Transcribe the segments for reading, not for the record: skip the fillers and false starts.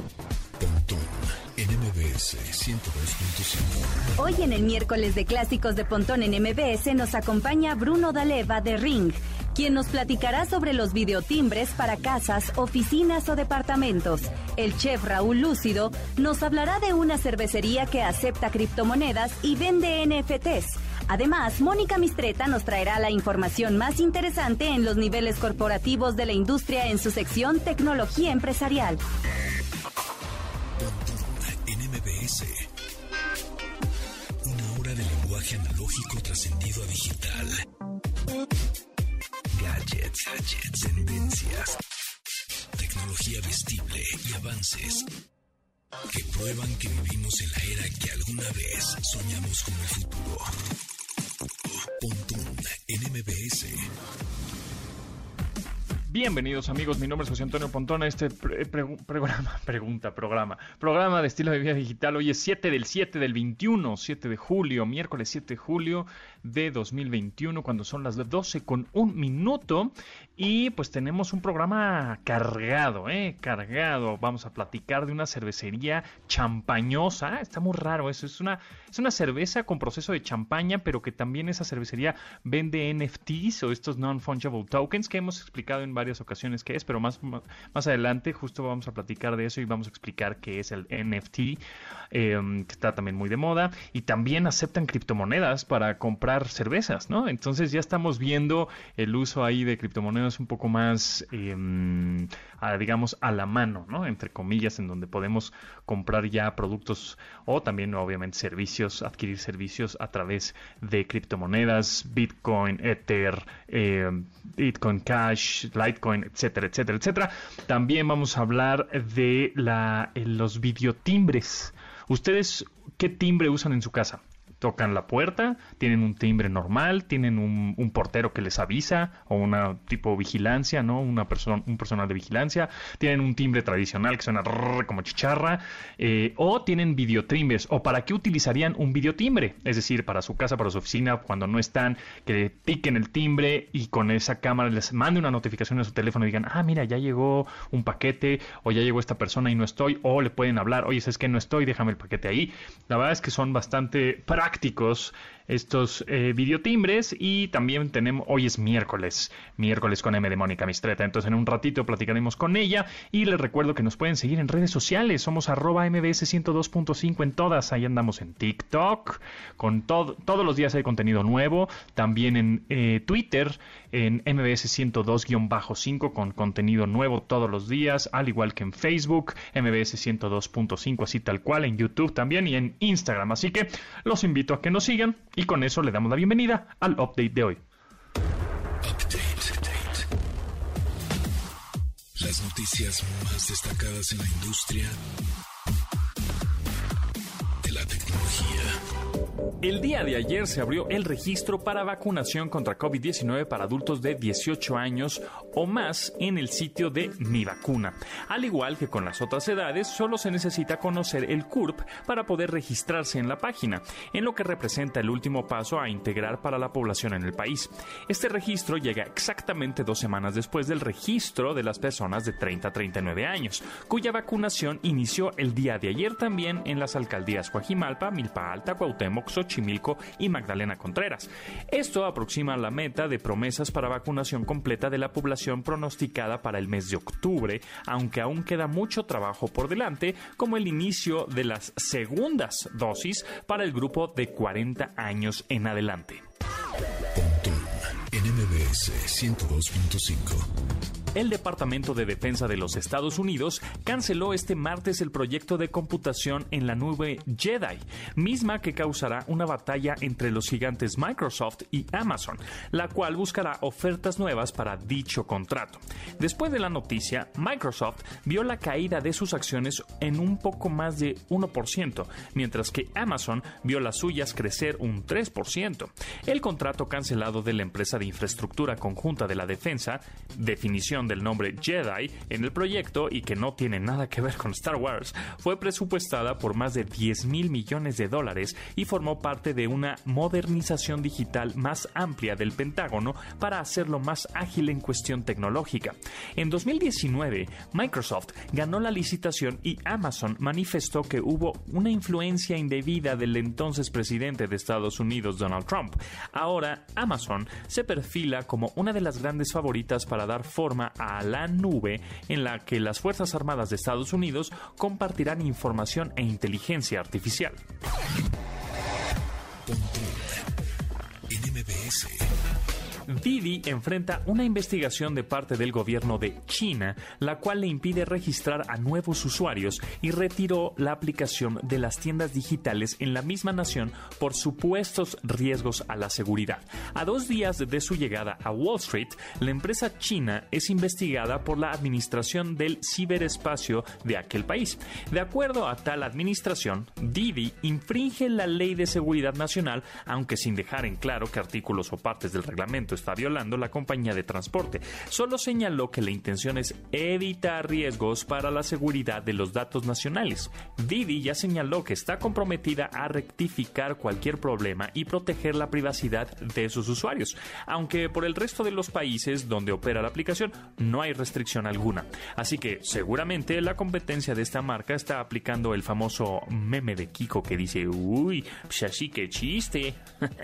Pontón en MBS 102.5. Hoy en el miércoles de clásicos de Pontón en MBS nos acompaña Bruno D'Aleva de Ring, quien nos platicará sobre los videotimbres para casas, oficinas o departamentos. El chef Raúl Lúcido nos hablará de una cervecería que acepta criptomonedas y vende NFTs. Además, Mónica Mistreta nos traerá la información más interesante en los niveles corporativos de la industria en su sección Tecnología Empresarial. En MBS. Una hora de lenguaje analógico trascendido a digital. Gadgets, tendencias, tecnología vestible y avances que prueban que vivimos en la era que alguna vez soñamos como el futuro. Pontón en MBS. Bienvenidos amigos, mi nombre es José Antonio Pontón a este programa de estilo de vida digital. Hoy es 7 del 21, 7 de julio, miércoles 7 de julio de 2021, cuando son las 12:01. Y pues tenemos un programa cargado. Vamos a platicar de una cervecería champañosa. Está muy raro eso, es una cerveza con proceso de champaña, pero que también esa cervecería vende NFTs o estos Non-Fungible Tokens que hemos explicado en varias ocasiones qué es, pero más adelante justo vamos a platicar de eso y vamos a explicar qué es el NFT, que está también muy de moda, y también aceptan criptomonedas para comprar cervezas, ¿no? Entonces ya estamos viendo el uso ahí de criptomonedas un poco más, digamos, a la mano, ¿no? Entre comillas, en donde podemos comprar ya productos o también obviamente servicios, adquirir servicios a través de criptomonedas, Bitcoin, Ether, Bitcoin Cash, Litecoin, etcétera, etcétera, etcétera. También vamos a hablar de los videotimbres. ¿Ustedes qué timbre usan en su casa? Tocan la puerta, tienen un timbre normal, tienen un portero que les avisa o una tipo vigilancia, ¿no? Un personal de vigilancia, tienen un timbre tradicional que suena como chicharra, o tienen videotimbres. ¿O para qué utilizarían un videotimbre? Es decir, para su casa, para su oficina, cuando no están, que piquen el timbre y con esa cámara les mande una notificación a su teléfono y digan, mira, ya llegó un paquete, o ya llegó esta persona y no estoy, o le pueden hablar, oye, es que no estoy, déjame el paquete ahí. La verdad es que son bastante prácticos estos videotimbres. Y también hoy es miércoles con M de Mónica Mistreta, entonces en un ratito platicaremos con ella. Y les recuerdo que nos pueden seguir en redes sociales, somos @MBS 102.5 en todas, ahí andamos en TikTok, con todos los días hay contenido nuevo, también en Twitter, en MBS 102-5 con contenido nuevo todos los días, al igual que en Facebook, MBS 102.5, así tal cual, en YouTube también y en Instagram. Así que los invito a que nos sigan y con eso le damos la bienvenida al update de hoy. Update. Las noticias más destacadas en la industria de la tecnología. El día de ayer se abrió el registro para vacunación contra COVID-19 para adultos de 18 años o más en el sitio de Mi Vacuna. Al igual que con las otras edades, solo se necesita conocer el CURP para poder registrarse en la página, en lo que representa el último paso a integrar para la población en el país. Este registro llega exactamente 2 semanas después del registro de las personas de 30 a 39 años, cuya vacunación inició el día de ayer también en las alcaldías Coajimalpa, Milpa Alta, Cuauhtémoc, Xochimilco y Magdalena Contreras. Esto aproxima la meta de promesas para vacunación completa de la población pronosticada para el mes de octubre, aunque aún queda mucho trabajo por delante, como el inicio de las segundas dosis para el grupo de 40 años en adelante. Pontón en MBS 102.5. El Departamento de Defensa de los Estados Unidos canceló este martes el proyecto de computación en la nube Jedi, misma que causará una batalla entre los gigantes Microsoft y Amazon, la cual buscará ofertas nuevas para dicho contrato. Después de la noticia, Microsoft vio la caída de sus acciones en un poco más de 1%, mientras que Amazon vio las suyas crecer un 3%. El contrato cancelado de la empresa de infraestructura conjunta de la defensa, definición utilización del nombre Jedi en el proyecto y que no tiene nada que ver con Star Wars, fue presupuestada por más de $10,000 millones y formó parte de una modernización digital más amplia del Pentágono para hacerlo más ágil en cuestión tecnológica. En 2019, Microsoft ganó la licitación y Amazon manifestó que hubo una influencia indebida del entonces presidente de Estados Unidos, Donald Trump. Ahora, Amazon se perfila como una de las grandes favoritas para dar forma a la nube en la que las Fuerzas Armadas de Estados Unidos compartirán información e inteligencia artificial. En MBS. Didi enfrenta una investigación de parte del gobierno de China, la cual le impide registrar a nuevos usuarios y retiró la aplicación de las tiendas digitales en la misma nación por supuestos riesgos a la seguridad. A 2 días de su llegada a Wall Street, la empresa china es investigada por la administración del ciberespacio de aquel país. De acuerdo a tal administración, Didi infringe la ley de seguridad nacional, aunque sin dejar en claro qué artículos o partes del reglamento está violando la compañía de transporte. Solo señaló que la intención es evitar riesgos para la seguridad de los datos nacionales. Didi ya señaló que está comprometida a rectificar cualquier problema y proteger la privacidad de sus usuarios, aunque por el resto de los países donde opera la aplicación no hay restricción alguna. Así que seguramente la competencia de esta marca está aplicando el famoso meme de Kiko que dice: uy, pues así que chiste.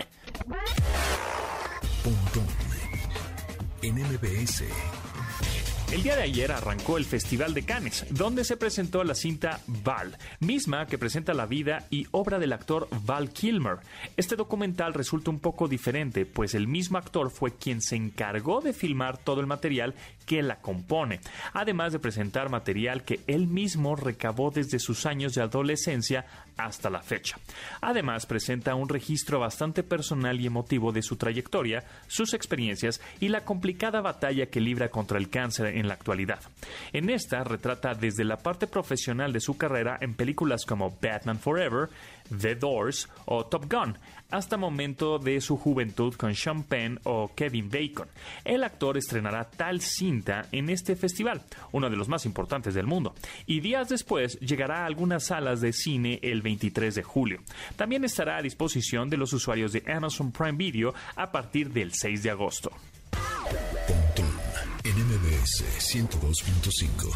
En MBS. El día de ayer arrancó el Festival de Cannes, donde se presentó la cinta Val, misma que presenta la vida y obra del actor Val Kilmer. Este documental resulta un poco diferente, pues el mismo actor fue quien se encargó de filmar todo el material que la compone, además de presentar material que él mismo recabó desde sus años de adolescencia hasta la fecha. Además, presenta un registro bastante personal y emotivo de su trayectoria, sus experiencias y la complicada batalla que libra contra el cáncer en la actualidad. En esta retrata desde la parte profesional de su carrera en películas como Batman Forever, The Doors o Top Gun, hasta momento de su juventud con Sean Penn o Kevin Bacon. El actor estrenará tal cinta en este festival, uno de los más importantes del mundo, y días después llegará a algunas salas de cine el 23 de julio. También estará a disposición de los usuarios de Amazon Prime Video a partir del 6 de agosto. En MBS 102.5.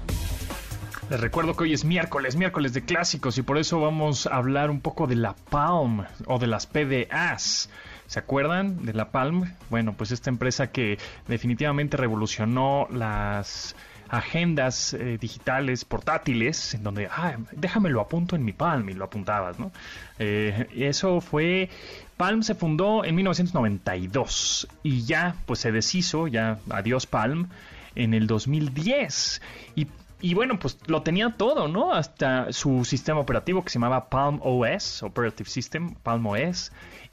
Les recuerdo que hoy es miércoles de clásicos, y por eso vamos a hablar un poco de la Palm o de las PDAs. ¿Se acuerdan de la Palm? Bueno, pues esta empresa que definitivamente revolucionó las agendas digitales portátiles, en donde, déjame lo apunto en mi Palm, y lo apuntabas, ¿no? Eso fue... Palm se fundó en 1992 y ya pues se deshizo, ya adiós Palm, en el 2010. Y bueno, pues lo tenía todo, ¿no? Hasta su sistema operativo que se llamaba Palm OS, Operative System, Palm OS.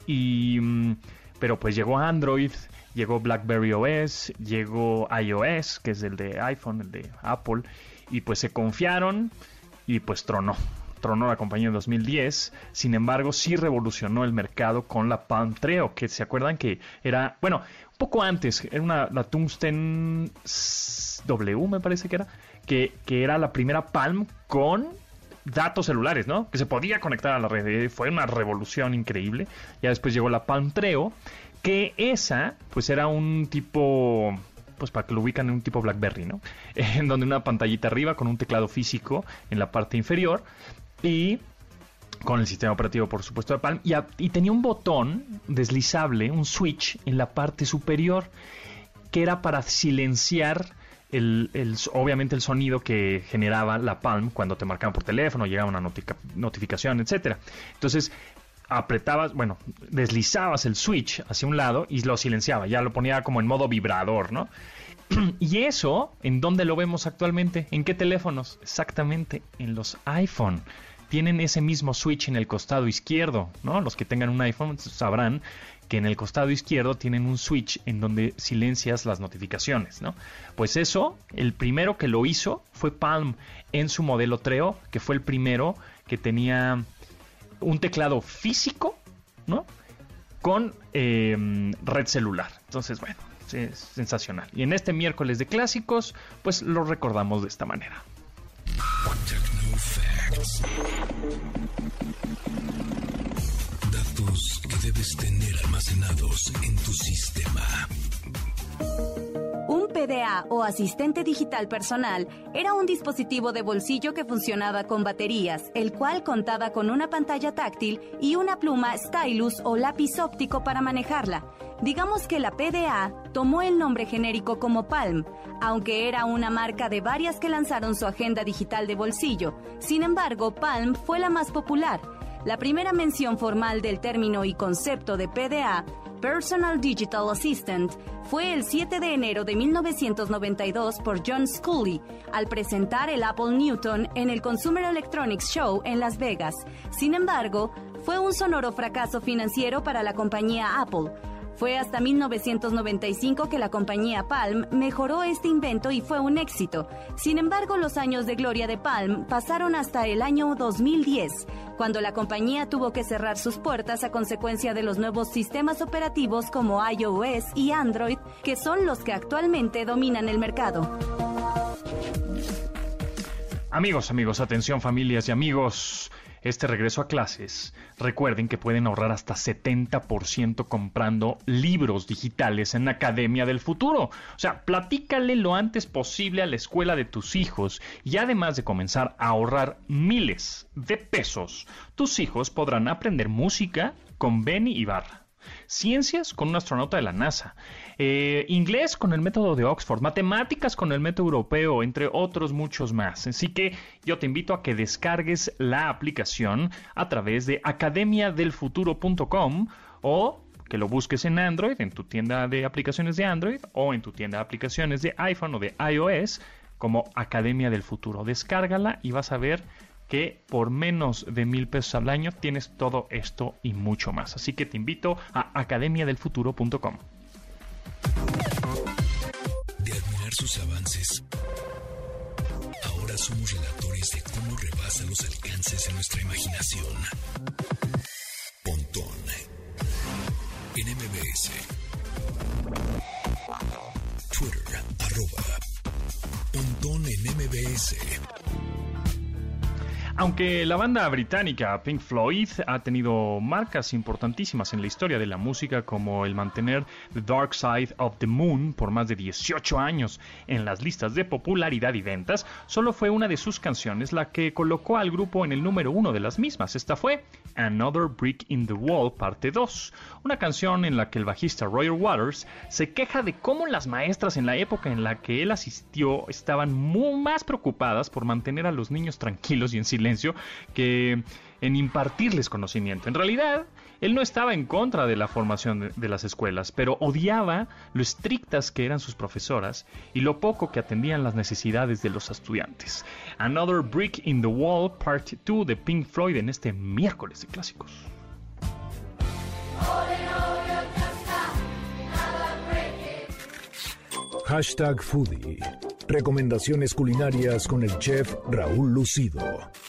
Pero pues llegó Android, llegó BlackBerry OS, llegó iOS, que es el de iPhone, el de Apple. Y pues se confiaron y pues tronó la compañía en 2010. Sin embargo, sí revolucionó el mercado con la Palm Treo, que se acuerdan que era, bueno, un poco antes, era la Tungsten W, me parece que era, que era la primera Palm con datos celulares, ¿no? Que se podía conectar a la red. Fue una revolución increíble. Ya después llegó la Palm Treo, que esa, pues era un tipo... pues para que lo ubican, en un tipo BlackBerry, ¿no? En donde una pantallita arriba con un teclado físico en la parte inferior y con el sistema operativo, por supuesto, de Palm, y tenía un botón deslizable, un switch en la parte superior, que era para silenciar obviamente el sonido que generaba la Palm cuando te marcaban por teléfono, llegaba una notificación, etcétera. Entonces apretabas, bueno, deslizabas el switch hacia un lado y lo silenciaba, ya lo ponía como en modo vibrador, ¿no? Y eso, ¿en dónde lo vemos actualmente? ¿En qué teléfonos? Exactamente, en los iPhone. Tienen ese mismo switch en el costado izquierdo, ¿no? Los que tengan un iPhone sabrán que en el costado izquierdo tienen un switch en donde silencias las notificaciones, ¿no? Pues eso, el primero que lo hizo fue Palm en su modelo Treo, que fue el primero que tenía un teclado físico, ¿no? Con red celular. Entonces, bueno, Sí, es sensacional. Y en este miércoles de clásicos, pues lo recordamos de esta manera. Tecnofacts. Datos que debes tener almacenados en tu sistema. Un PDA o asistente digital personal era un dispositivo de bolsillo que funcionaba con baterías, el cual contaba con una pantalla táctil y una pluma stylus o lápiz óptico para manejarla. Digamos que la PDA tomó el nombre genérico como Palm, aunque era una marca de varias que lanzaron su agenda digital de bolsillo. Sin embargo, Palm fue la más popular. La primera mención formal del término y concepto de PDA, Personal Digital Assistant, fue el 7 de enero de 1992 por John Sculley, al presentar el Apple Newton en el Consumer Electronics Show en Las Vegas. Sin embargo, fue un sonoro fracaso financiero para la compañía Apple. Fue hasta 1995 que la compañía Palm mejoró este invento y fue un éxito. Sin embargo, los años de gloria de Palm pasaron hasta el año 2010, cuando la compañía tuvo que cerrar sus puertas a consecuencia de los nuevos sistemas operativos como iOS y Android, que son los que actualmente dominan el mercado. Amigos, atención familias y amigos. Este regreso a clases, recuerden que pueden ahorrar hasta 70% comprando libros digitales en Academia del Futuro. O sea, platícale lo antes posible a la escuela de tus hijos y además de comenzar a ahorrar miles de pesos, tus hijos podrán aprender música con Benny Ibarra, ciencias con un astronauta de la NASA, inglés con el método de Oxford, matemáticas con el método europeo, entre otros muchos más. Así que yo te invito a que descargues la aplicación a través de academiadelfuturo.com o que lo busques en Android, en tu tienda de aplicaciones de Android o en tu tienda de aplicaciones de iPhone o de iOS como Academia del Futuro. Descárgala y vas a ver que por menos de $1,000 al año tienes todo esto y mucho más. Así que te invito a academiadelfuturo.com. De admirar sus avances, ahora somos relatores de cómo rebasa los alcances de nuestra imaginación. Pontón en MBS. Twitter, @Pontón en MBS. Aunque la banda británica Pink Floyd ha tenido marcas importantísimas en la historia de la música, como el mantener The Dark Side of the Moon por más de 18 años en las listas de popularidad y ventas, solo fue una de sus canciones la que colocó al grupo en el número 1 de las mismas. Esta fue Another Brick in the Wall parte 2, una canción en la que el bajista Roger Waters se queja de cómo las maestras en la época en la que él asistió estaban más preocupadas por mantener a los niños tranquilos y en silencio que en impartirles conocimiento. En realidad, él no estaba en contra de la formación de las escuelas, pero odiaba lo estrictas que eran sus profesoras y lo poco que atendían las necesidades de los estudiantes. Another Brick in the Wall, Part 2 de Pink Floyd en este miércoles de clásicos. #Foodie. Recomendaciones culinarias con el chef Raúl Lucido.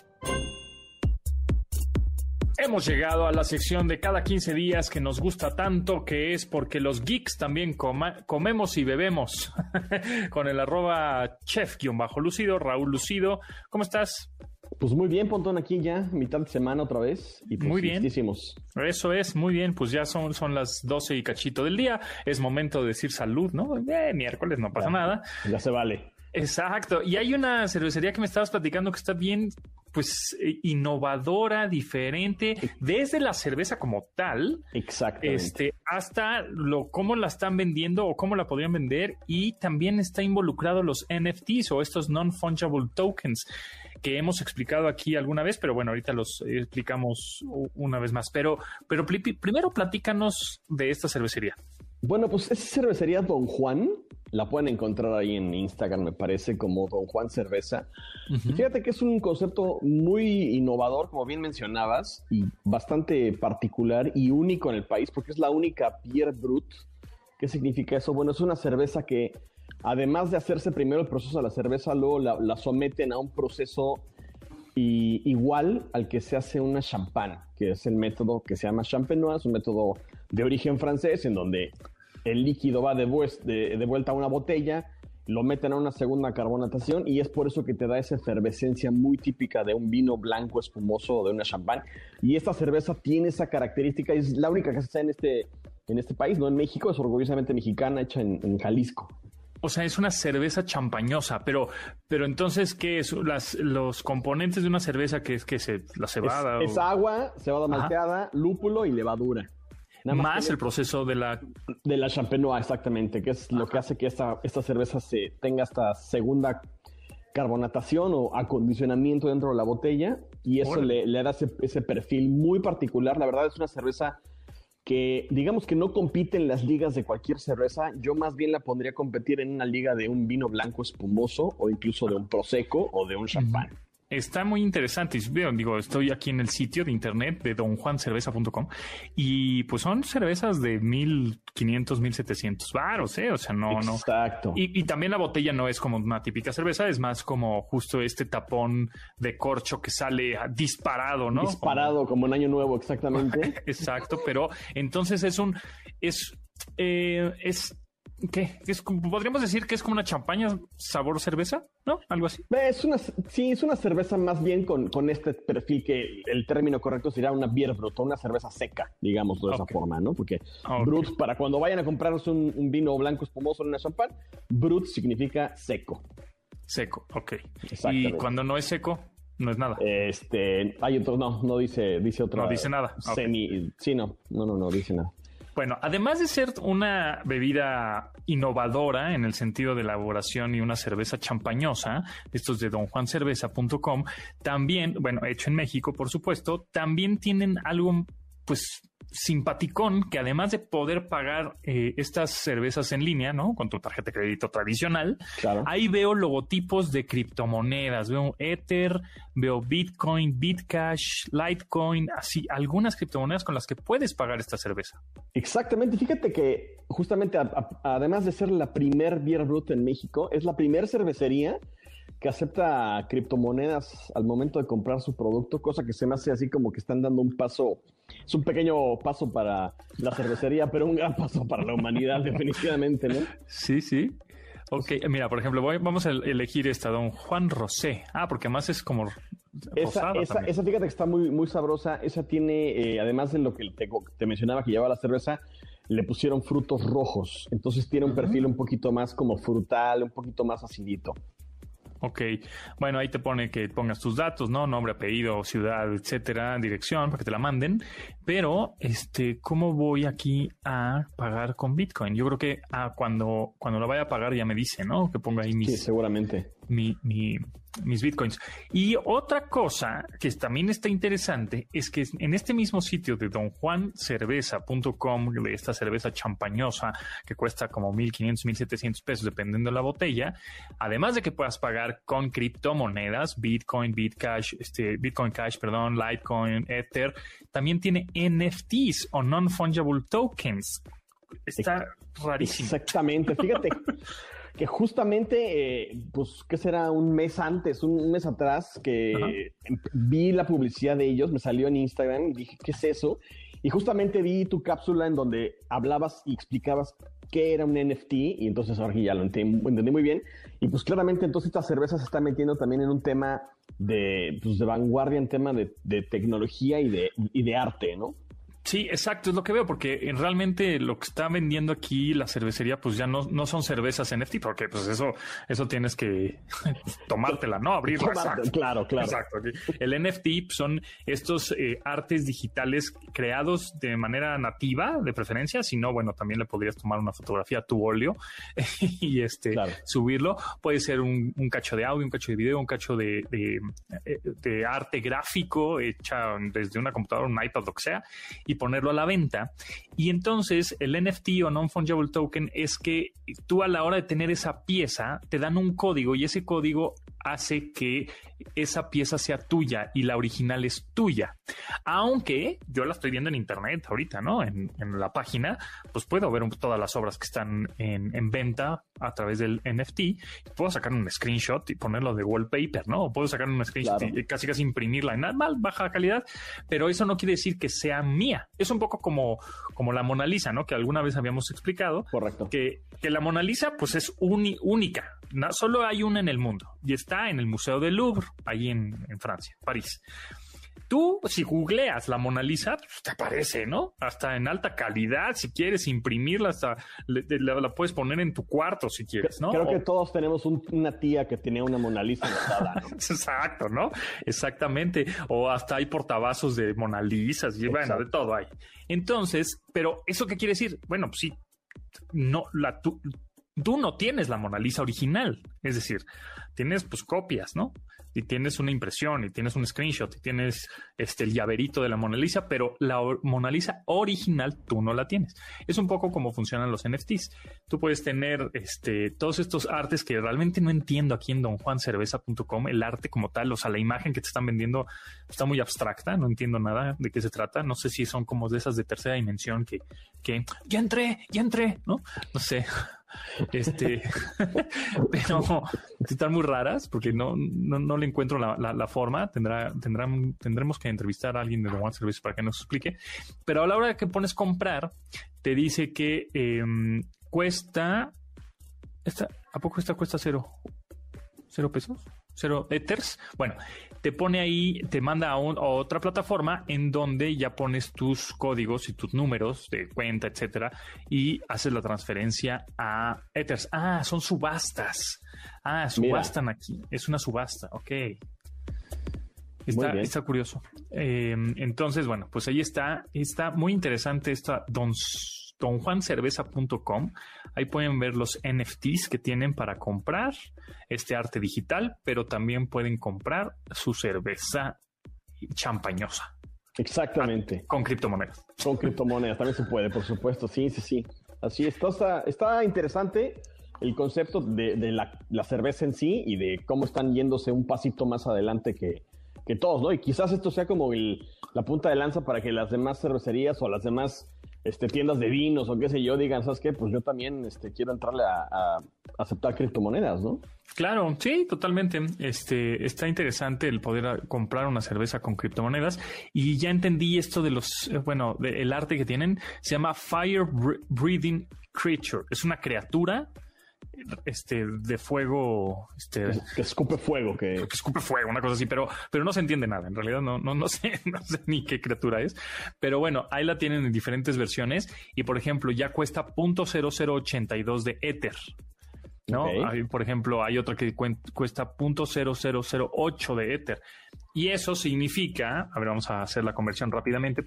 Hemos llegado a la sección de cada 15 días que nos gusta tanto, que es porque los geeks también comemos y bebemos. Con el @chef_lucido, Raúl Lucido. ¿Cómo estás? Pues muy bien, Pontón, aquí ya, mitad de semana otra vez. Y pues muy bien. Listísimos. Eso es, muy bien. Pues ya son las 12 y cachito del día. Es momento de decir salud, ¿no? Miércoles, no pasa nada. Ya se vale. Exacto. Y hay una cervecería que me estabas platicando que está bien, pues, innovadora, diferente, desde la cerveza como tal. Exactamente. Hasta cómo la están vendiendo o cómo la podrían vender. Y también está involucrado los NFTs o estos Non-Fungible Tokens que hemos explicado aquí alguna vez, pero bueno, ahorita los explicamos una vez más. Pero primero platícanos de esta cervecería. Bueno, pues es cervecería Don Juan. La pueden encontrar ahí en Instagram, me parece, como Don Juan Cerveza. Uh-huh. Fíjate que es un concepto muy innovador, como bien mencionabas, y bastante particular y único en el país, porque es la única Pierre Brut. ¿Qué significa eso? Bueno, es una cerveza que, además de hacerse primero el proceso de la cerveza, luego la someten a un proceso igual al que se hace una champán, que es el método que se llama champenois, es un método de origen francés, en donde el líquido va de vuelta a una botella, lo meten a una segunda carbonatación y es por eso que te da esa efervescencia muy típica de un vino blanco espumoso o de una champán. Y esta cerveza tiene esa característica, es la única que se hace en este país, no en México, es orgullosamente mexicana, hecha en Jalisco. O sea, es una cerveza champañosa, pero entonces, ¿qué es? Los componentes de una cerveza, ¿qué es? ¿Qué es? ¿La cebada? Es agua, cebada malteada, lúpulo y levadura. Más el proceso de la champenoise, exactamente, que es lo que hace que esta cerveza tenga esta segunda carbonatación o acondicionamiento dentro de la botella, y eso le da ese perfil muy particular. La verdad es una cerveza que digamos que no compite en las ligas de cualquier cerveza. Yo más bien la pondría a competir en una liga de un vino blanco espumoso o incluso de un prosecco o de un champán. Está muy interesante. Digo, estoy aquí en el sitio de internet de donjuancerveza.com y pues son cervezas de 1,500, 1,700 varos, ¿eh? O sea, no. Exacto. Y también la botella no es como una típica cerveza, es más como justo este tapón de corcho que sale disparado, ¿no? Disparado como en Año Nuevo, exactamente. Exacto, pero entonces ¿qué? Podríamos decir que es como una champaña sabor cerveza, ¿no? Algo así. Es una cerveza más bien con este perfil que el término correcto sería una beer brut, una cerveza seca, digamos de esa forma, ¿no? Porque brut, para cuando vayan a comprarse un vino blanco espumoso en una champán, brut significa seco. Seco, ok. Y cuando no es seco, no es nada. Hay otros, no dice otra. No dice nada. Sí, no dice nada. Bueno, además de ser una bebida innovadora en el sentido de elaboración y una cerveza champañosa, estos de donjuancerveza.com, también, bueno, hecho en México, por supuesto, también tienen algo, pues, simpaticón, que además de poder pagar estas cervezas en línea, ¿no? Con tu tarjeta de crédito tradicional, claro. Ahí veo logotipos de criptomonedas, veo Ether, veo Bitcoin, Bitcash, Litecoin, así, algunas criptomonedas con las que puedes pagar esta cerveza. Exactamente, fíjate que justamente además de ser la primer beer brut en México, es la primer cervecería que acepta criptomonedas al momento de comprar su producto, cosa que se me hace así como que están dando un paso, es un pequeño paso para la cervecería, pero un gran paso para la humanidad, definitivamente, ¿no? Sí, sí. Ok, mira, por ejemplo, vamos a elegir esta, Don Juan Rosé. Porque además es como esa fíjate que está muy, muy sabrosa. Esa tiene, además de lo que te mencionaba que lleva la cerveza, le pusieron frutos rojos. Entonces tiene un perfil un poquito más como frutal, un poquito más acidito. Ok, bueno, ahí te pone que pongas tus datos, ¿no? Nombre, apellido, ciudad, etcétera, dirección, para que te la manden. Pero, ¿cómo voy aquí a pagar con Bitcoin? Yo creo que cuando lo vaya a pagar ya me dice, ¿no? Que ponga ahí sí, seguramente. Mis Bitcoins. Y otra cosa que también está interesante es que en este mismo sitio de donjuancerveza.com, de esta cerveza champañosa que cuesta como 1,500, 1,700 pesos dependiendo de la botella, además de que puedas pagar con criptomonedas, Bitcoin, Bitcash, Bitcoin Cash, perdón, Litecoin, Ether, también tiene NFTs o Non-Fungible Tokens. Está rarísimo. Exactamente, fíjate. Que justamente, pues, ¿qué será? Un mes atrás, que vi la publicidad de ellos, me salió en Instagram y dije, ¿qué es eso? Y justamente vi tu cápsula en donde hablabas y explicabas qué era un NFT, y entonces ahora ya lo entendí muy bien. Y pues claramente entonces esta cerveza se está metiendo también en un tema de vanguardia, en tema de tecnología y de arte, ¿no? Sí, exacto, es lo que veo, porque realmente lo que está vendiendo aquí la cervecería, pues ya no son cervezas NFT, porque pues eso tienes que tomártela, ¿no? Abrirla. Claro. Exacto. El NFT son estos artes digitales creados de manera nativa, de preferencia, si no, bueno, también le podrías tomar una fotografía a tu óleo y subirlo. Puede ser un cacho de audio, un cacho de video, un cacho de arte gráfico hecha desde una computadora, un iPad, lo que sea, y ponerlo a la venta. Y entonces el NFT o Non-Fungible Token es que tú a la hora de tener esa pieza te dan un código y ese código hace que esa pieza sea tuya y la original es tuya. Aunque yo la estoy viendo en internet ahorita, ¿no? En la página, pues puedo ver todas las obras que están en venta a través del NFT. Puedo sacar un screenshot y ponerlo de wallpaper, ¿no? O puedo sacar un screenshot y casi imprimirla en baja calidad, pero eso no quiere decir que sea mía. Es un poco como la Mona Lisa, ¿no? Que alguna vez habíamos explicado. Correcto. Que la Mona Lisa, pues es única. No, solo hay una en el mundo y está en el Museo del Louvre, ahí en Francia, París. Tú, si googleas la Mona Lisa, pues te aparece, ¿no? Hasta en alta calidad, si quieres imprimirla, hasta la puedes poner en tu cuarto si quieres, ¿no? Creo que todos tenemos una tía que tenía una Mona Lisa anotada, ¿no? Exacto, ¿no? Exactamente. O hasta hay portavasos de Mona Lisas y bueno, de todo hay. Entonces, pero ¿eso qué quiere decir? Bueno, pues sí, no, tú no tienes la Mona Lisa original, es decir, tienes pues copias, ¿no? Y tienes una impresión, y tienes un screenshot, y tienes el llaverito de la Mona Lisa, pero la Mona Lisa original tú no la tienes. Es un poco como funcionan los NFTs. Tú puedes tener todos estos artes que realmente no entiendo aquí en donjuancerveza.com, el arte como tal, o sea, la imagen que te están vendiendo está muy abstracta, no entiendo nada de qué se trata. No sé si son como de esas de tercera dimensión que ya entré, ¿no? No sé. Pero están muy raras porque no le encuentro la forma. Tendremos que entrevistar a alguien de The One Service para que nos explique. Pero a la hora de que pones comprar, te dice que cuesta. ¿A poco esta cuesta cero pesos? ¿0 ethers? Bueno, te pone ahí, te manda a otra plataforma en donde ya pones tus códigos y tus números de cuenta, etcétera, y haces la transferencia a ethers. Ah, son subastas. Ah, subastan. Mira. Aquí. Es una subasta. Ok. Está curioso. Entonces, bueno, pues ahí está. Está muy interesante esta donjuancerveza.com. Ahí pueden ver los NFTs que tienen para comprar este arte digital, pero también pueden comprar su cerveza champañosa. Exactamente. Con criptomonedas. Con criptomonedas también se puede, por supuesto. Sí. Así está interesante el concepto de la cerveza en sí y de cómo están yéndose un pasito más adelante que todos, ¿no? Y quizás esto sea como la punta de lanza para que las demás cervecerías o las demás tiendas de vinos o qué sé yo digan, ¿sabes qué? Pues yo también quiero entrarle a aceptar criptomonedas, ¿no? Claro, sí, totalmente. Está interesante el poder comprar una cerveza con criptomonedas y ya entendí esto de el arte que tienen. Se llama Fire Breathing Creature. Es una criatura de fuego, que escupe fuego, que escupe fuego, una cosa así, pero no se entiende nada. En realidad no sé ni qué criatura es, pero bueno, ahí la tienen en diferentes versiones y por ejemplo ya cuesta 0.0082 de Ether, ¿no? Okay. Ahí, por ejemplo, hay otra que cuesta 0.0008 de Ether y eso significa, a ver, vamos a hacer la conversión rápidamente,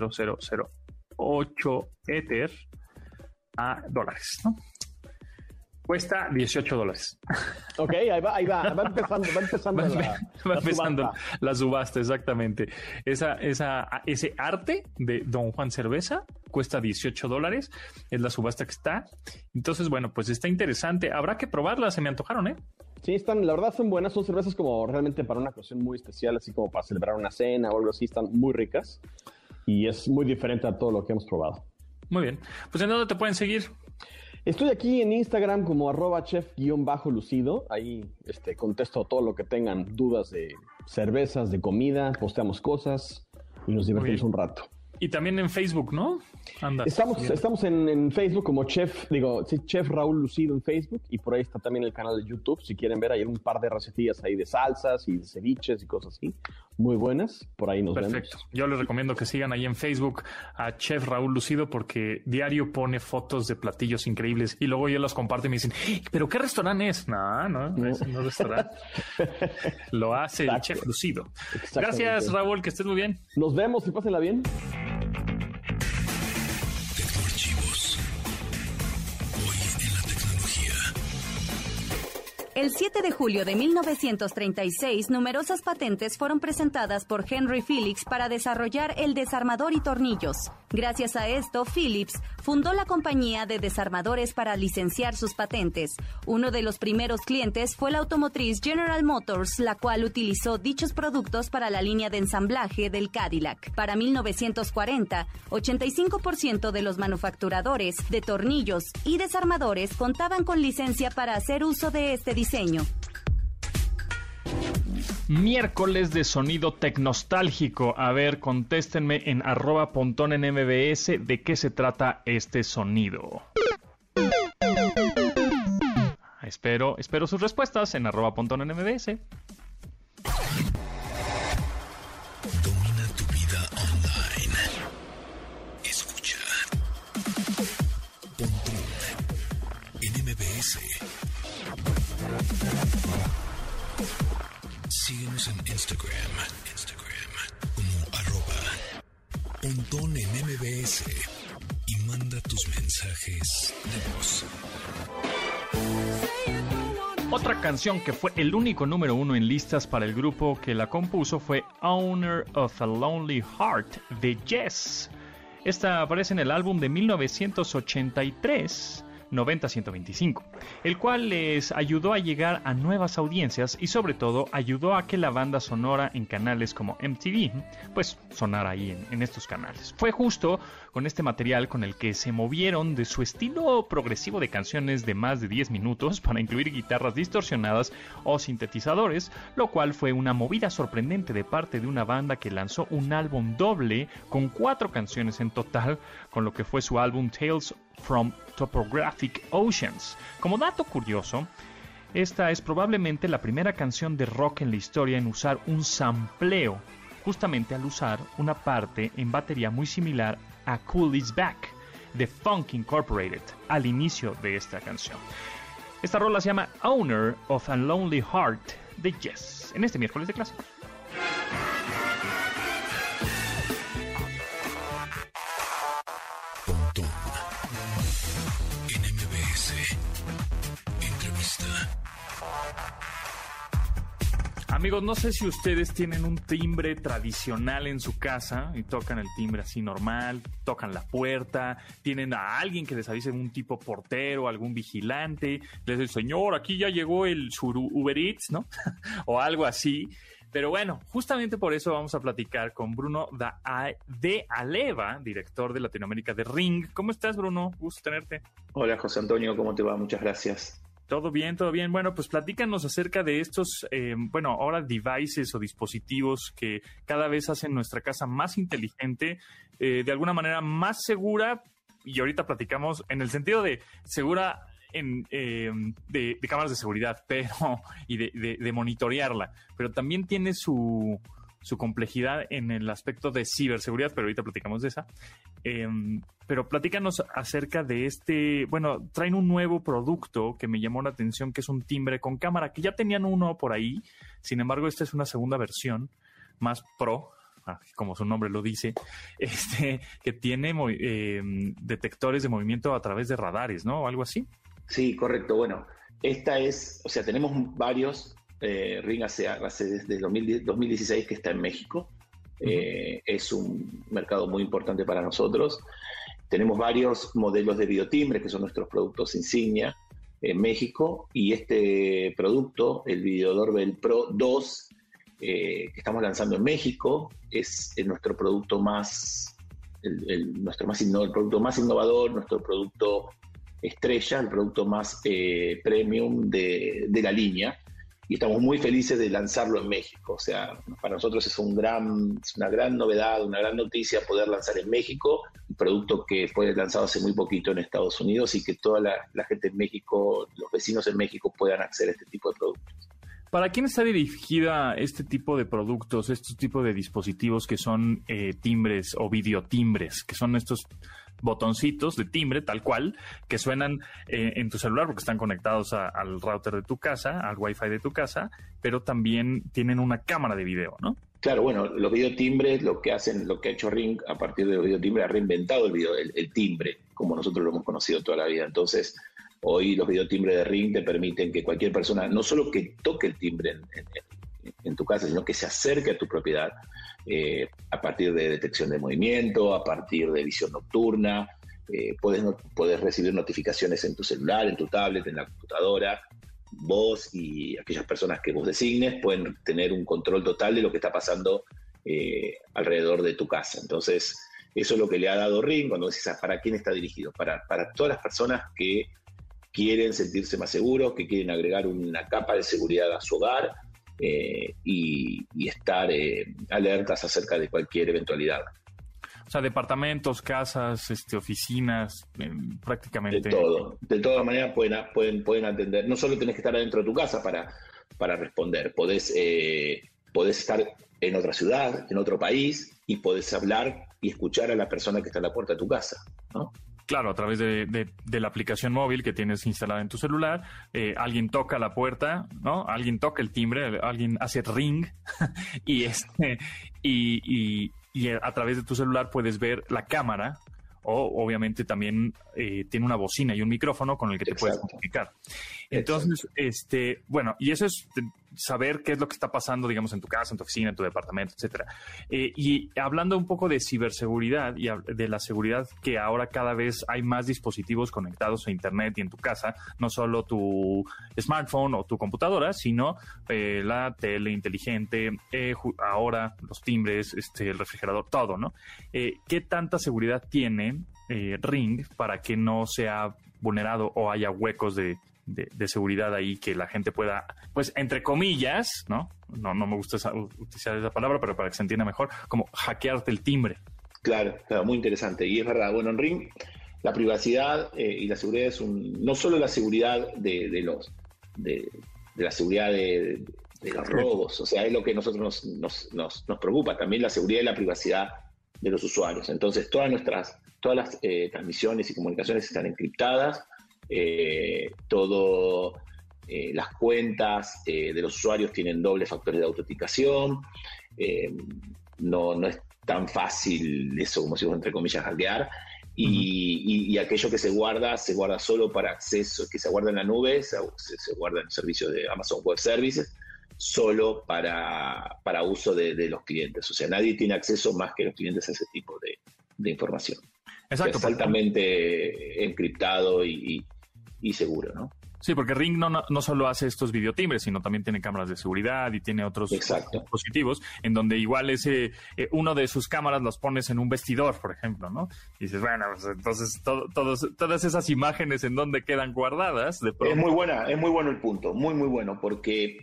0.0008 Ether a dólares, ¿no? Cuesta $18. Ok, ahí va empezando la subasta, exactamente. Ese arte de Don Juan Cerveza cuesta $18, es la subasta que está. Entonces, bueno, pues está interesante. Habrá que probarla, se me antojaron, ¿eh? Sí, la verdad son buenas, son cervezas como realmente para una ocasión muy especial, así como para celebrar una cena o algo así, están muy ricas y es muy diferente a todo lo que hemos probado. Muy bien, pues ¿en dónde te pueden seguir? Estoy aquí en Instagram como @chef_lucido. Ahí contesto todo lo que tengan dudas de cervezas, de comida, posteamos cosas y nos divertimos un rato. Y también en Facebook, ¿no? Estamos en Facebook como Chef Raúl Lucido en Facebook y por ahí está también el canal de YouTube. Si quieren ver, hay un par de recetillas ahí de salsas y de ceviches y cosas así. Muy buenas. Por ahí nos vemos. Perfecto. Yo les recomiendo que sigan ahí en Facebook a Chef Raúl Lucido porque diario pone fotos de platillos increíbles y luego yo los comparto y me dicen, ¿pero qué restaurante es? No es un restaurante. Lo hace el Chef Lucido. Gracias, Raúl, que estés muy bien. Nos vemos y pásenla bien. El 7 de julio de 1936, numerosas patentes fueron presentadas por Henry Phillips para desarrollar el desarmador y tornillos. Gracias a esto, Philips fundó la compañía de desarmadores para licenciar sus patentes. Uno de los primeros clientes fue la automotriz General Motors, la cual utilizó dichos productos para la línea de ensamblaje del Cadillac. Para 1940, 85% de los manufacturadores de tornillos y desarmadores contaban con licencia para hacer uso de este diseño. Miércoles de sonido tecnostálgico. A ver, contéstenme en @pontonenmbs de qué se trata este sonido. Espero sus respuestas en @pontonenmbs. Domina tu vida online. Escucha. Pontón en MBS. Síguenos en Instagram como @Pontón en MBS y manda tus mensajes de voz. Otra canción que fue el único número 1 en listas para el grupo que la compuso fue Owner of a Lonely Heart de Yes. Esta aparece en el álbum de 1983, 90-125, el cual les ayudó a llegar a nuevas audiencias y sobre todo ayudó a que la banda sonora en canales como MTV pues sonara ahí en estos canales. Fue justo con este material con el que se movieron de su estilo progresivo de canciones de más de 10 minutos para incluir guitarras distorsionadas o sintetizadores, lo cual fue una movida sorprendente de parte de una banda que lanzó un álbum doble con 4 canciones en total, con lo que fue su álbum Tales from Topographic Oceans. Como dato curioso, esta es probablemente la primera canción de rock en la historia en usar un sampleo, justamente al usar una parte en batería muy similar a Cool Is Back de Funk Incorporated al inicio de esta canción. Esta rola se llama Owner of a Lonely Heart de Yes, en este miércoles de clásicos. Pontón en MBS. Entrevista. Amigos, no sé si ustedes tienen un timbre tradicional en su casa y tocan el timbre así normal, tocan la puerta, tienen a alguien que les avise, un tipo portero, algún vigilante, les dice, señor, aquí ya llegó el Uber Eats, ¿no? O algo así. Pero bueno, justamente por eso vamos a platicar con Bruno de Aleva, director de Latinoamérica de Ring. ¿Cómo estás, Bruno? Gusto tenerte. Hola, José Antonio, ¿cómo te va? Muchas gracias. Todo bien, todo bien. Bueno, pues platícanos acerca de estos, ahora devices o dispositivos que cada vez hacen nuestra casa más inteligente, de alguna manera más segura, y ahorita platicamos en el sentido de segura de cámaras de seguridad, pero y de monitorearla, pero también tiene su complejidad en el aspecto de ciberseguridad, pero ahorita platicamos de esa. Pero platícanos acerca de traen un nuevo producto que me llamó la atención, que es un timbre con cámara, que ya tenían uno por ahí, sin embargo esta es una segunda versión, más pro, como su nombre lo dice, que tiene detectores de movimiento a través de radares, ¿no? O algo así. Sí, correcto. Bueno, tenemos varios. Ring hace desde 2016 que está en México. Es un mercado muy importante para nosotros. Tenemos varios modelos de videotimbre que son nuestros productos insignia en México, y este producto, el Videodoorbell Pro 2, que estamos lanzando en México, es nuestro producto el producto más innovador, nuestro producto estrella, el producto más premium de la línea, y estamos muy felices de lanzarlo en México. O sea, para nosotros es una gran novedad, una gran noticia poder lanzar en México un producto que fue lanzado hace muy poquito en Estados Unidos, y que toda la gente en México, los vecinos en México, puedan acceder a este tipo de productos. ¿Para quién está dirigida este tipo de productos, este tipo de dispositivos que son timbres o videotimbres, que son estos botoncitos de timbre tal cual que suenan en tu celular porque están conectados al router de tu casa, al Wi-Fi de tu casa, pero también tienen una cámara de video, ¿no? Claro, bueno, los videotimbres, lo que ha hecho Ring a partir de los videotimbres, ha reinventado el timbre como nosotros lo hemos conocido toda la vida. Entonces, hoy los videotimbres de Ring te permiten que cualquier persona, no solo que toque el timbre en tu casa, sino que se acerque a tu propiedad a partir de detección de movimiento, a partir de visión nocturna. Podés recibir notificaciones en tu celular, en tu tablet, en la computadora. Vos y aquellas personas que vos designes pueden tener un control total de lo que está pasando alrededor de tu casa. Entonces, eso es lo que le ha dado Ring. Cuando decís, ¿para quién está dirigido? Para todas las personas que quieren sentirse más seguros, que quieren agregar una capa de seguridad a su hogar y estar alertas acerca de cualquier eventualidad. O sea, departamentos, casas, oficinas, prácticamente. De todo. De todas maneras pueden atender. No solo tenés que estar adentro de tu casa para responder. Podés estar en otra ciudad, en otro país, y podés hablar y escuchar a la persona que está en la puerta de tu casa, ¿no? Claro, a través de la aplicación móvil que tienes instalada en tu celular, alguien toca la puerta, ¿no? Alguien toca el timbre, alguien hace ring y a través de tu celular puedes ver la cámara o obviamente también tiene una bocina y un micrófono con el que te puedes comunicar. Entonces, bueno, y eso es saber qué es lo que está pasando, digamos, en tu casa, en tu oficina, en tu departamento, etcétera. Y hablando un poco de ciberseguridad y de la seguridad, que ahora cada vez hay más dispositivos conectados a internet y en tu casa, no solo tu smartphone o tu computadora, sino la tele inteligente, ahora los timbres, el refrigerador, todo, ¿no? ¿Qué tanta seguridad tiene Ring para que no sea vulnerado o haya huecos de seguridad ahí que la gente pueda, pues, entre comillas, ¿no? No me gusta utilizar esa palabra, pero para que se entienda mejor, como hackearte el timbre? Claro, muy interesante. Y es verdad, bueno, en Ring la privacidad y la seguridad es no solo la seguridad de la seguridad de los robos, o sea, es lo que a nosotros nos preocupa, también la seguridad y la privacidad de los usuarios. Entonces, todas las transmisiones y comunicaciones están encriptadas. Las cuentas de los usuarios tienen dobles factores de autenticación. No es tan fácil eso, como decimos, entre comillas, hackear. Y aquello que se guarda solo para acceso, que se guarda en la nube, se guarda en el servicio de Amazon Web Services, solo para uso de los clientes. O sea, nadie tiene acceso más que los clientes a ese tipo de información. Exacto. Es altamente encriptado y seguro, ¿no? Sí, porque Ring no solo hace estos videotimbres, sino también tiene cámaras de seguridad y tiene otros dispositivos en donde igual uno de sus cámaras los pones en un vestidor, por ejemplo, ¿no? Y dices, bueno, pues entonces todas esas imágenes en donde quedan guardadas. Es muy bueno el punto, muy bueno, porque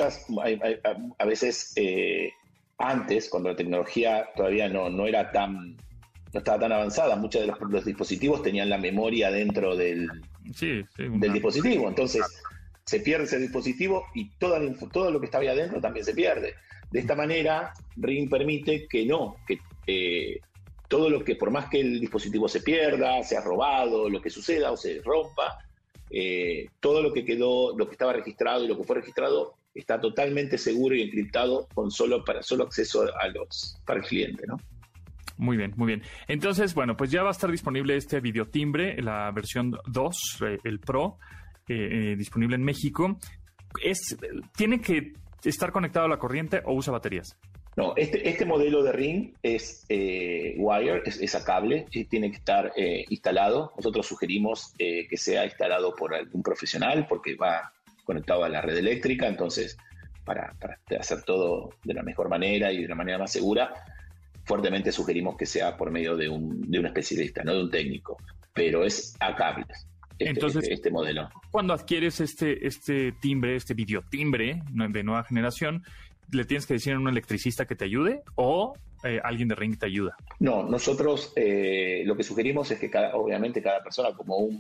a veces antes, cuando la tecnología todavía no estaba tan avanzada, muchos de los dispositivos tenían la memoria dentro del dispositivo. Entonces, se pierde ese dispositivo y todo lo que estaba ahí adentro también se pierde. De esta manera, Ring permite que todo lo que, por más que el dispositivo se pierda, sea robado, lo que suceda o se rompa, todo lo que quedó, lo que estaba registrado y lo que fue registrado está totalmente seguro y encriptado para solo acceso para el cliente, ¿no? Muy bien, muy bien. Entonces, bueno, pues ya va a estar disponible este videotimbre, la versión 2, el Pro, disponible en México. ¿Tiene que estar conectado a la corriente o usa baterías? No, este modelo de Ring es wire, es a cable, y tiene que estar instalado. Nosotros sugerimos que sea instalado por algún profesional porque va conectado a la red eléctrica, entonces para hacer todo de la mejor manera y de la manera más segura, fuertemente sugerimos que sea por medio de un especialista, no de un técnico, pero es a cables. Entonces, este modelo. Cuando adquieres este timbre, este videotimbre de nueva generación, ¿le tienes que decir a un electricista que te ayude o alguien de Ring te ayuda? No, nosotros lo que sugerimos es que obviamente cada persona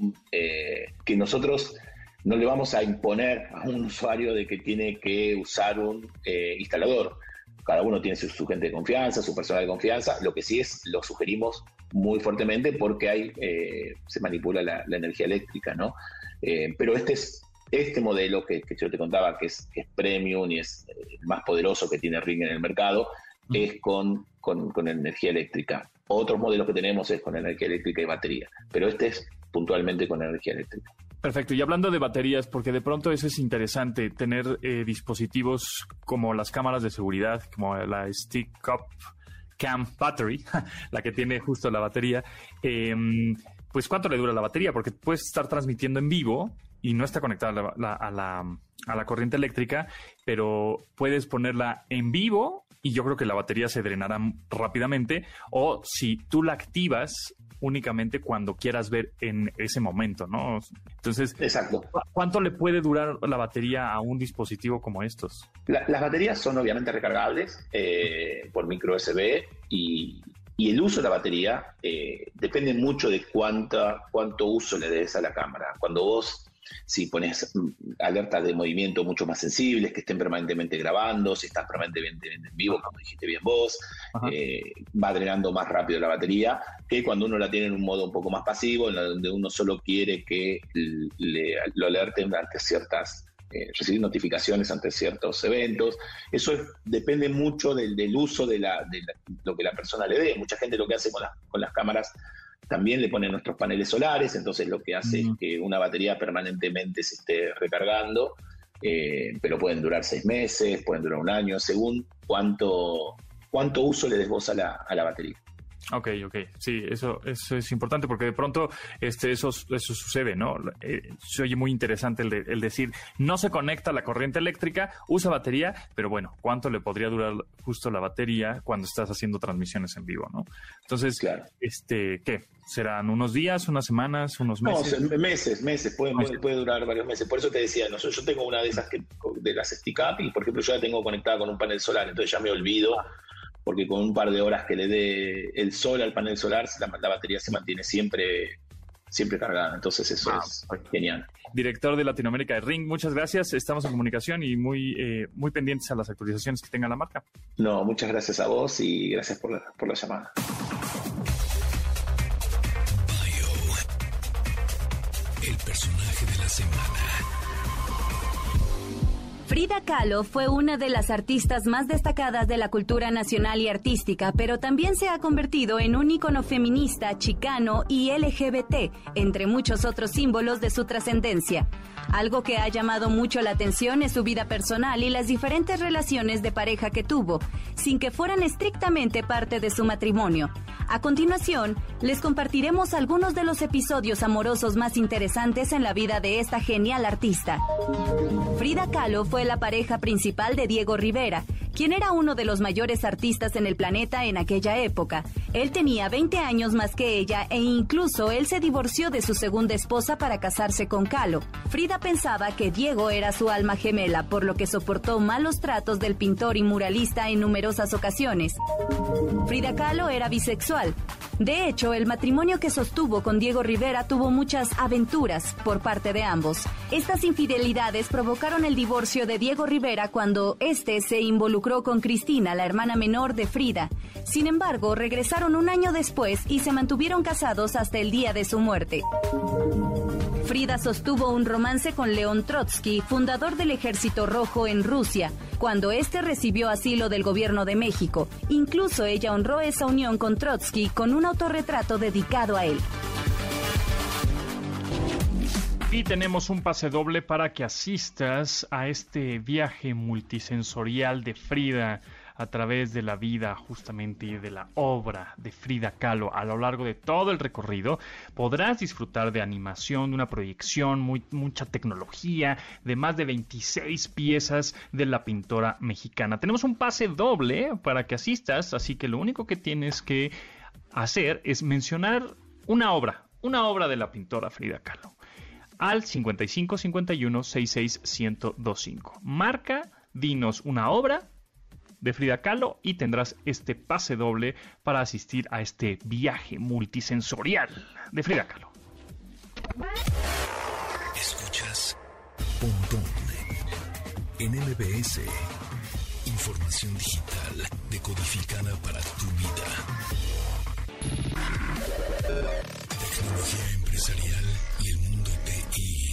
que nosotros no le vamos a imponer a un usuario de que tiene que usar un instalador. Cada uno tiene su gente de confianza, su personal de confianza. Lo que sí lo sugerimos muy fuertemente porque se manipula la energía eléctrica, ¿no? Pero este modelo que yo te contaba, que es premium y es el más poderoso que tiene Ring en el mercado, es con energía eléctrica. Otros modelos que tenemos es con energía eléctrica y batería, pero este es puntualmente con energía eléctrica. Perfecto. Y hablando de baterías, porque de pronto eso es interesante, tener dispositivos como las cámaras de seguridad, como la Stick Up Cam Battery, la que tiene justo la batería, pues ¿cuánto le dura la batería? Porque puedes estar transmitiendo en vivo y no está conectada a la corriente eléctrica, pero puedes ponerla en vivo y yo creo que la batería se drenará rápidamente, o si tú la activas únicamente cuando quieras ver en ese momento, ¿no? Entonces, exacto. ¿Cuánto le puede durar la batería a un dispositivo como estos? Las baterías son obviamente recargables por micro USB y el uso de la batería depende mucho de cuánto uso le des a la cámara. Cuando vos, si pones alertas de movimiento mucho más sensibles, que estén permanentemente grabando, si estás permanentemente en vivo, como dijiste bien vos, va drenando más rápido la batería que cuando uno la tiene en un modo un poco más pasivo, en donde uno solo quiere que lo alerten ante recibir notificaciones ante ciertos eventos. Eso depende mucho del uso de lo que la persona le dé. Mucha gente lo que hace con las cámaras también le pone nuestros paneles solares, entonces lo que hace es que una batería permanentemente se esté recargando, pero pueden durar 6 meses, pueden durar 1 año, según cuánto uso le des vos a la batería. Ok. Sí, eso es importante porque de pronto eso sucede, ¿no? Se oye muy interesante el decir, no se conecta a la corriente eléctrica, usa batería, pero bueno, ¿cuánto le podría durar justo la batería cuando estás haciendo transmisiones en vivo, ¿no? Entonces, claro. ¿Qué? ¿Serán unos días, unas semanas, unos meses? No, meses. Puede durar varios meses. Por eso te decía, yo tengo una de esas de las Stick Up y, por ejemplo, yo la tengo conectada con un panel solar, entonces ya me olvido, porque con un par de horas que le dé el sol al panel solar, la batería se mantiene siempre cargada. Entonces eso es genial. Director de Latinoamérica de Ring, muchas gracias. Estamos en comunicación y muy pendientes a las actualizaciones que tenga la marca. No, muchas gracias a vos y gracias por la llamada. El personaje de la semana. Frida Kahlo fue una de las artistas más destacadas de la cultura nacional y artística, pero también se ha convertido en un ícono feminista, chicano y LGBT, entre muchos otros símbolos de su trascendencia. Algo que ha llamado mucho la atención es su vida personal y las diferentes relaciones de pareja que tuvo, sin que fueran estrictamente parte de su matrimonio. A continuación, les compartiremos algunos de los episodios amorosos más interesantes en la vida de esta genial artista. Frida Kahlo fue la pareja principal de Diego Rivera, quien era uno de los mayores artistas en el planeta en aquella época. Él tenía 20 años más que ella e incluso él se divorció de su segunda esposa para casarse con Kahlo. Frida pensaba que Diego era su alma gemela, por lo que soportó malos tratos del pintor y muralista en numerosas ocasiones. Frida Kahlo era bisexual. De hecho, el matrimonio que sostuvo con Diego Rivera tuvo muchas aventuras por parte de ambos. Estas infidelidades provocaron el divorcio de Diego Rivera cuando éste se involucró con Cristina, la hermana menor de Frida. Sin embargo, regresaron un año después y se mantuvieron casados hasta el día de su muerte. Frida sostuvo un romance con León Trotsky, fundador del Ejército Rojo en Rusia, cuando éste recibió asilo del gobierno de México. Incluso ella honró esa unión con Trotsky con un autorretrato dedicado a él. Y tenemos un pase doble para que asistas a este viaje multisensorial de Frida a través de la vida justamente de la obra de Frida Kahlo. A lo largo de todo el recorrido podrás disfrutar de animación, de una proyección, mucha tecnología, de más de 26 piezas de la pintora mexicana. Tenemos un pase doble para que asistas, así que lo único que tienes que hacer es mencionar una obra de la pintora Frida Kahlo al 55 51 66 1025. Marca, dinos una obra de Frida Kahlo y tendrás este pase doble para asistir a este viaje multisensorial de Frida Kahlo. Escuchas Pontón en MBS. Información digital decodificada para tu vida. Tecnología empresarial y el mundo TI.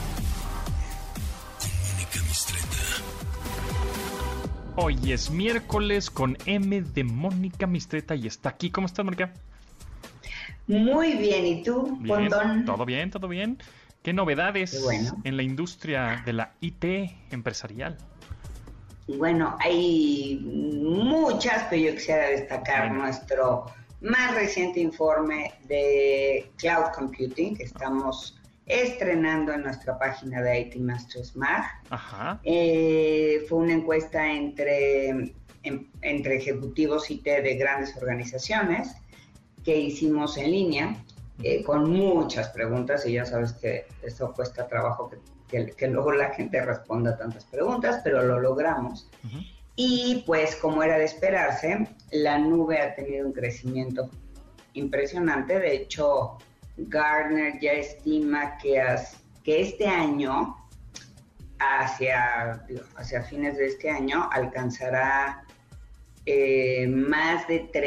Con Mónica Mistreta. Hoy es miércoles con M de Mónica Mistreta y está aquí. ¿Cómo estás, Mónica? Muy bien, ¿y tú, Bien, Pontón? Todo bien. ¿Qué novedades en la industria de la IT empresarial? Bueno, hay muchas, pero yo quisiera destacar nuestro más reciente informe de Cloud Computing, que estamos estrenando en nuestra página de IT Masters Mag. Ajá. Fue una encuesta entre ejecutivos IT de grandes organizaciones que hicimos en línea, con muchas preguntas, y ya sabes que eso cuesta trabajo que luego la gente responda tantas preguntas, pero lo logramos. Uh-huh. Y pues, como era de esperarse, la nube ha tenido un crecimiento impresionante. De hecho, Gartner ya estima que este año, hacia fines de este año, alcanzará más de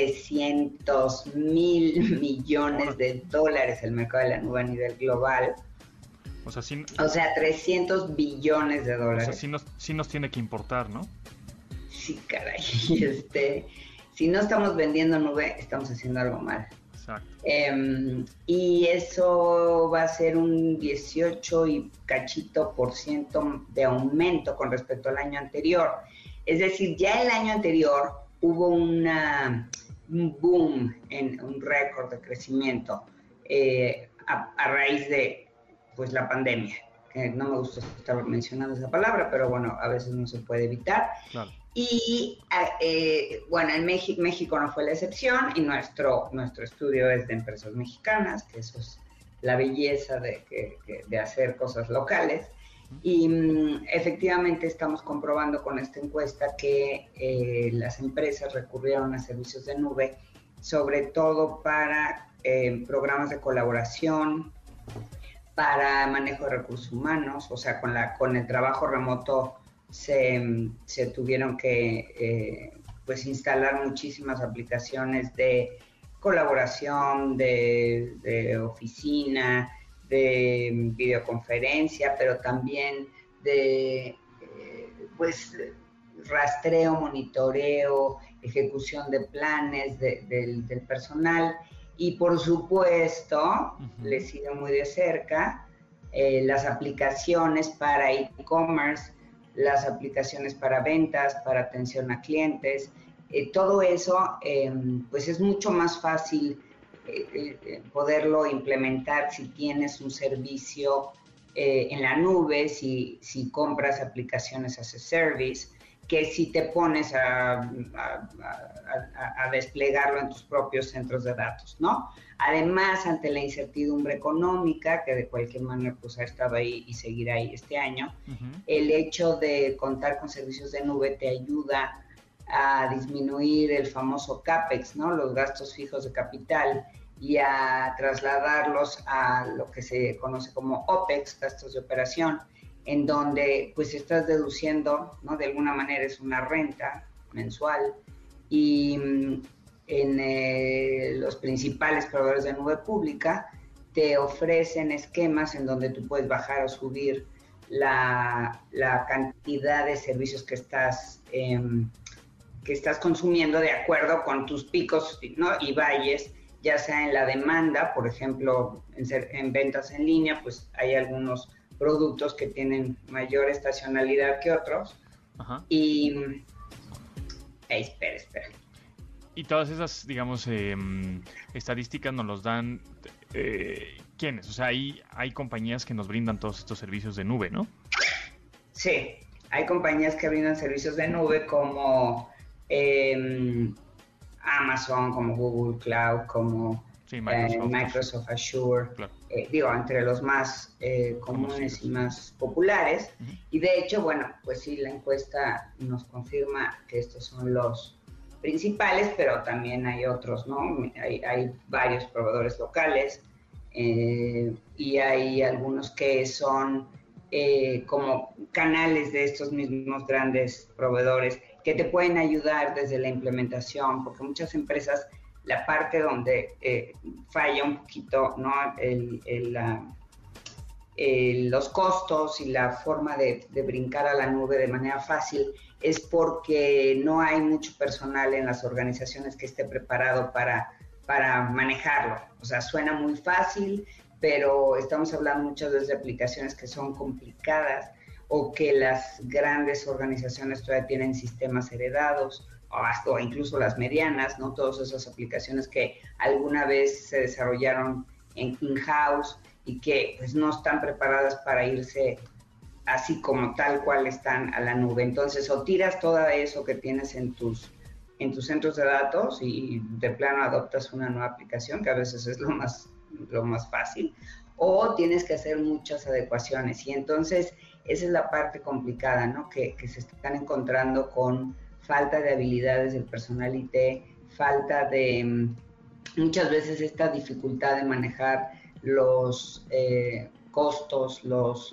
300,000 millones de dólares el mercado de la nube a nivel global. O sea, 300 billones de dólares. O sea, sí nos tiene que importar, ¿no? Sí, caray. Si no estamos vendiendo nube, estamos haciendo algo mal. Exacto. Y eso va a ser un 18 y cachito % de aumento con respecto al año anterior. Es decir, ya el año anterior hubo un boom, un récord de crecimiento a raíz de pues la pandemia, que no me gusta estar mencionando esa palabra, pero bueno, a veces no se puede evitar. Claro. Y bueno, en México no fue la excepción, y nuestro estudio es de empresas mexicanas, que eso es la belleza de hacer cosas locales. Y efectivamente estamos comprobando con esta encuesta que las empresas recurrieron a servicios de nube, sobre todo para programas de colaboración, para manejo de recursos humanos. O sea, con el trabajo remoto se tuvieron que pues instalar muchísimas aplicaciones de colaboración, de oficina, de videoconferencia, pero también de pues rastreo, monitoreo, ejecución de planes del personal. Y por supuesto, le sigue muy de cerca las aplicaciones para e-commerce, las aplicaciones para ventas, para atención a clientes. Todo eso pues es mucho más fácil poderlo implementar si tienes un servicio en la nube, si compras aplicaciones as a service, que si te pones a desplegarlo en tus propios centros de datos, ¿no? Además, ante la incertidumbre económica, que de cualquier manera pues ha estado ahí y seguirá ahí este año, el hecho de contar con servicios de nube te ayuda a disminuir el famoso CAPEX, ¿no? Los gastos fijos de capital, y a trasladarlos a lo que se conoce como OPEX, gastos de operación, en donde pues estás deduciendo, ¿no? De alguna manera es una renta mensual, y en los principales proveedores de nube pública te ofrecen esquemas en donde tú puedes bajar o subir la cantidad de servicios que estás consumiendo de acuerdo con tus picos, ¿no? Y valles, ya sea en la demanda. Por ejemplo, en ventas en línea, pues hay algunos productos que tienen mayor estacionalidad que otros. Ajá. Y espera. Y todas esas, digamos, estadísticas nos los dan ¿quiénes? O sea, hay compañías que nos brindan todos estos servicios de nube, ¿no? Sí, hay compañías que brindan servicios de nube como Amazon, como Google Cloud, como Microsoft Azure, claro. Entre los más comunes y más populares. Uh-huh. Y de hecho, bueno, pues sí, la encuesta nos confirma que estos son los principales, pero también hay otros, ¿no? Hay varios proveedores locales, y hay algunos que son como canales de estos mismos grandes proveedores que te pueden ayudar desde la implementación, porque muchas empresas, la parte donde falla un poquito, ¿no? Los costos y la forma de brincar a la nube de manera fácil es porque no hay mucho personal en las organizaciones que esté preparado para manejarlo. O sea, suena muy fácil, pero estamos hablando muchas veces de aplicaciones que son complicadas o que las grandes organizaciones todavía tienen sistemas heredados, o incluso las medianas, ¿no? Todas esas aplicaciones que alguna vez se desarrollaron en in-house y que pues no están preparadas para irse así como tal cual están a la nube. Entonces, o tiras todo eso que tienes en tus centros de datos y de plano adoptas una nueva aplicación, que a veces es lo más fácil, o tienes que hacer muchas adecuaciones. Y entonces, esa es la parte complicada, ¿no? Que se están encontrando con falta de habilidades del personal IT, falta de muchas veces esta dificultad de manejar los costos, los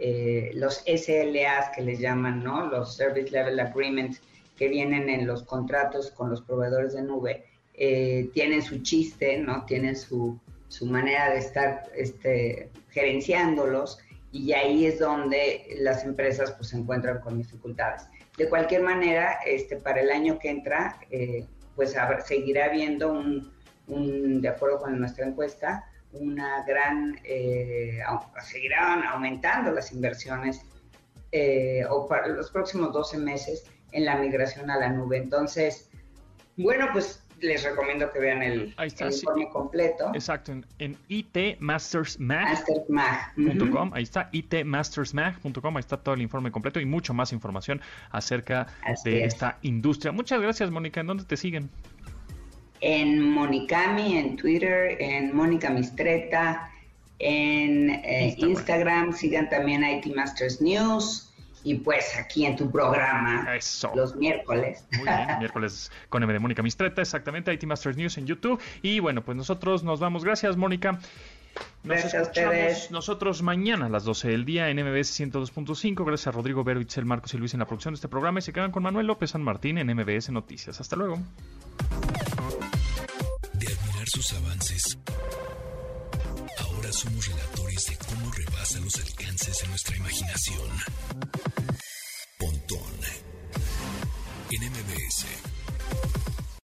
SLAs que les llaman, ¿no? Los Service Level Agreements que vienen en los contratos con los proveedores de nube, tienen su chiste, ¿no? Tienen su manera de estar gerenciándolos, y ahí es donde las empresas pues se encuentran con dificultades. De cualquier manera, para el año que entra, pues seguirá habiendo de acuerdo con nuestra encuesta, una gran, seguirán aumentando las inversiones o para los próximos 12 meses en la migración a la nube. Entonces, bueno, pues les recomiendo que vean el informe completo. Exacto, en itmastersmag.com, ahí está, itmastersmag.com, ahí está todo el informe completo y mucho más información acerca de esta industria. Muchas gracias, Mónica. ¿En dónde te siguen? En Monicami, en Twitter, en Mónica Mistreta, en Instagram, sigan también IT Masters News. Y pues aquí en tu programa, los miércoles. Muy bien, miércoles con M de Mónica Mistreta, exactamente, IT Masters News en YouTube. Y bueno, pues nosotros nos vamos. Gracias, Mónica. Gracias a ustedes. Nosotros mañana a las 12 del día en MBS 102.5. Gracias a Rodrigo, Vero, Itzel, Marcos y Luis en la producción de este programa. Y se quedan con Manuel López San Martín en MBS Noticias. Hasta luego. De admirar sus avances, ahora somos relatores de cómo rebasa los alcances de nuestra imaginación. Pontón en MBS.